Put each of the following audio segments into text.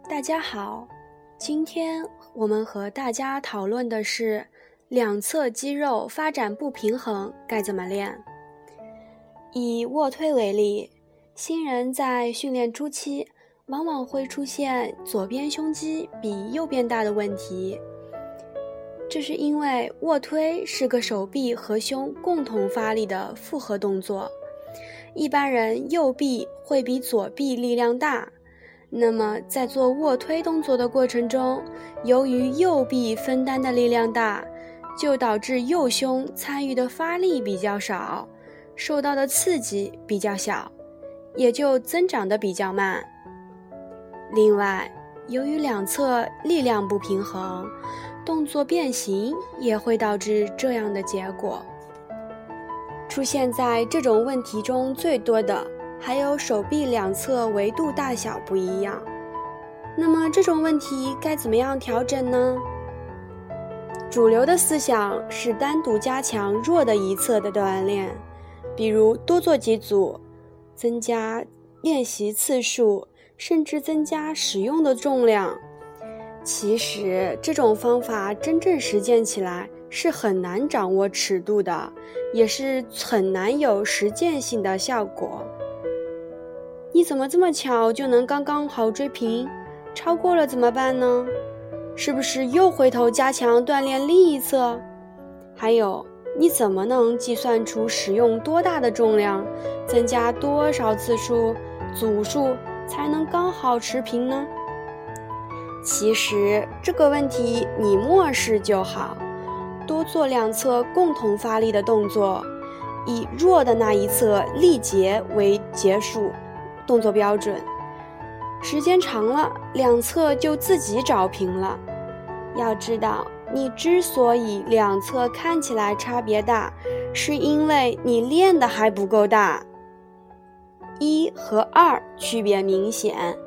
大家好，今天我们和大家讨论的是两侧肌肉发展不平衡该怎么练。以卧推为例，新人在训练初期往往会出现左边胸肌比右边大的问题，这是因为卧推是个手臂和胸共同发力的复合动作，一般人右臂会比左臂力量大，那么在做卧推动作的过程中，由于右臂分担的力量大，就导致右胸参与的发力比较少，受到的刺激比较小，也就增长的比较慢。另外，由于两侧力量不平衡，动作变形也会导致这样的结果。出现在这种问题中最多的还有手臂两侧维度大小不一样。那么这种问题该怎么样调整呢？主流的思想是单独加强弱的一侧的锻炼，比如多做几组，增加练习次数，甚至增加使用的重量。其实这种方法真正实践起来是很难掌握尺度的，也是很难有实践性的效果。你怎么这么巧就能刚刚好追平？超过了怎么办呢？是不是又回头加强锻炼另一侧？还有，你怎么能计算出使用多大的重量，增加多少次数、组数才能刚好持平呢？其实这个问题你漠视就好，多做两侧共同发力的动作，以弱的那一侧力竭为结束动作标准，时间长了，两侧就自己找平了。要知道，你之所以两侧看起来差别大，是因为你练的还不够大。1和2区别明显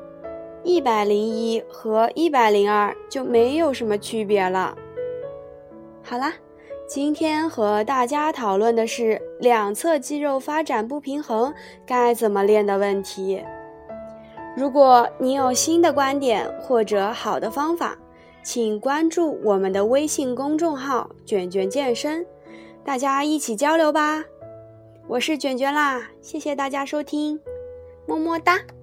，101和102就没有什么区别了。好啦，今天和大家讨论的是两侧肌肉发展不平衡该怎么练的问题。如果你有新的观点或者好的方法，请关注我们的微信公众号卷卷健身，大家一起交流吧。我是卷卷啦，谢谢大家收听，么么哒。